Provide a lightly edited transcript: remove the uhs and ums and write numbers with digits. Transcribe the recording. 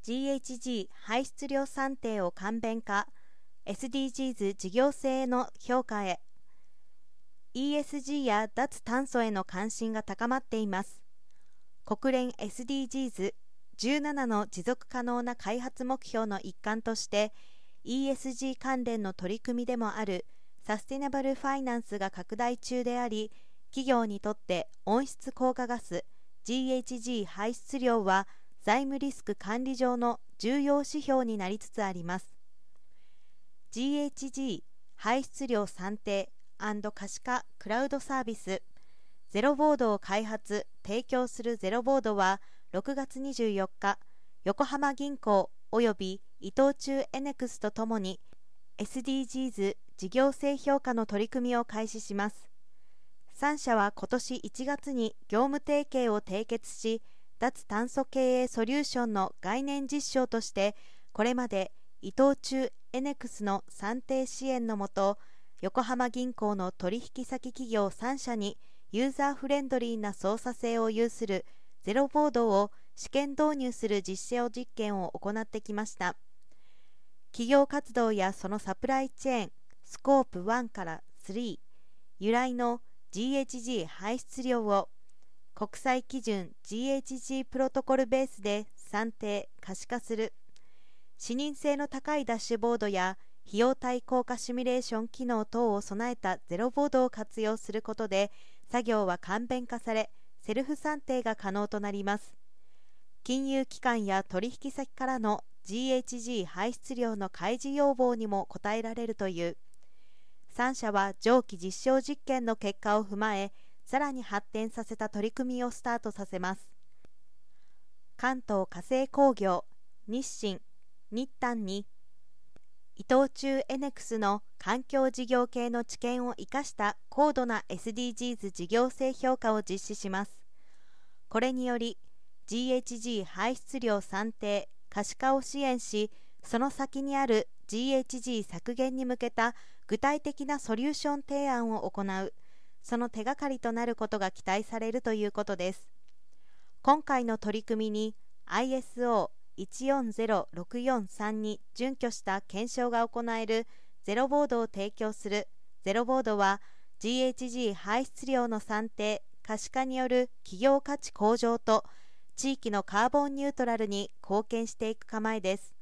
GHG 排出量算定を簡便化、SDGs 事業性への評価へ。ESG や脱炭素への関心が高まっています。国連 SDGs17 の持続可能な開発目標の一環として、ESG 関連の取り組みでもあるサステナブルファイナンスが拡大中であり、企業にとって温室効果ガス GHG 排出量は財務リスク管理上の重要指標になりつつあります。GHG 排出量算定&可視化クラウドサービスゼロボードを開発・提供するゼロボードは6月24日、横浜銀行および伊藤忠エネクスとともに SDGs 事業性評価の取り組みを開始します。3社は今年1月に業務提携を締結し、脱炭素経営ソリューションの概念実証として、これまで伊藤忠エネクスの算定支援のもと、横浜銀行の取引先企業3社にユーザーフレンドリーな操作性を有するゼロボードを試験導入する実証実験を行ってきました。企業活動やそのサプライチェーン、スコープ1から3、由来の GHG 排出量を国際基準 GHG プロトコルベースで算定・可視化する、視認性の高いダッシュボードや費用対効果シミュレーション機能等を備えたゼロボードを活用することで、作業は簡便化され、セルフ算定が可能となります。金融機関や取引先からの GHG 排出量の開示要望にも応えられるという。3社は上記実証実験の結果を踏まえ、さらに発展させた取り組みをスタートさせます。関東化成工業、日清、日丹に伊藤忠エネクスの環境事業系の知見を生かした高度な SDGs 事業性評価を実施します。これにより GHG 排出量算定・可視化を支援し、その先にある GHG 削減に向けた具体的なソリューション提案を行う、その手がかりとなることが期待されるということです。今回の取り組みに ISO140643 に準拠した検証が行えるゼロボードを提供するゼロボードは、 GHG 排出量の算定・可視化による企業価値向上と地域のカーボンニュートラルに貢献していく構えです。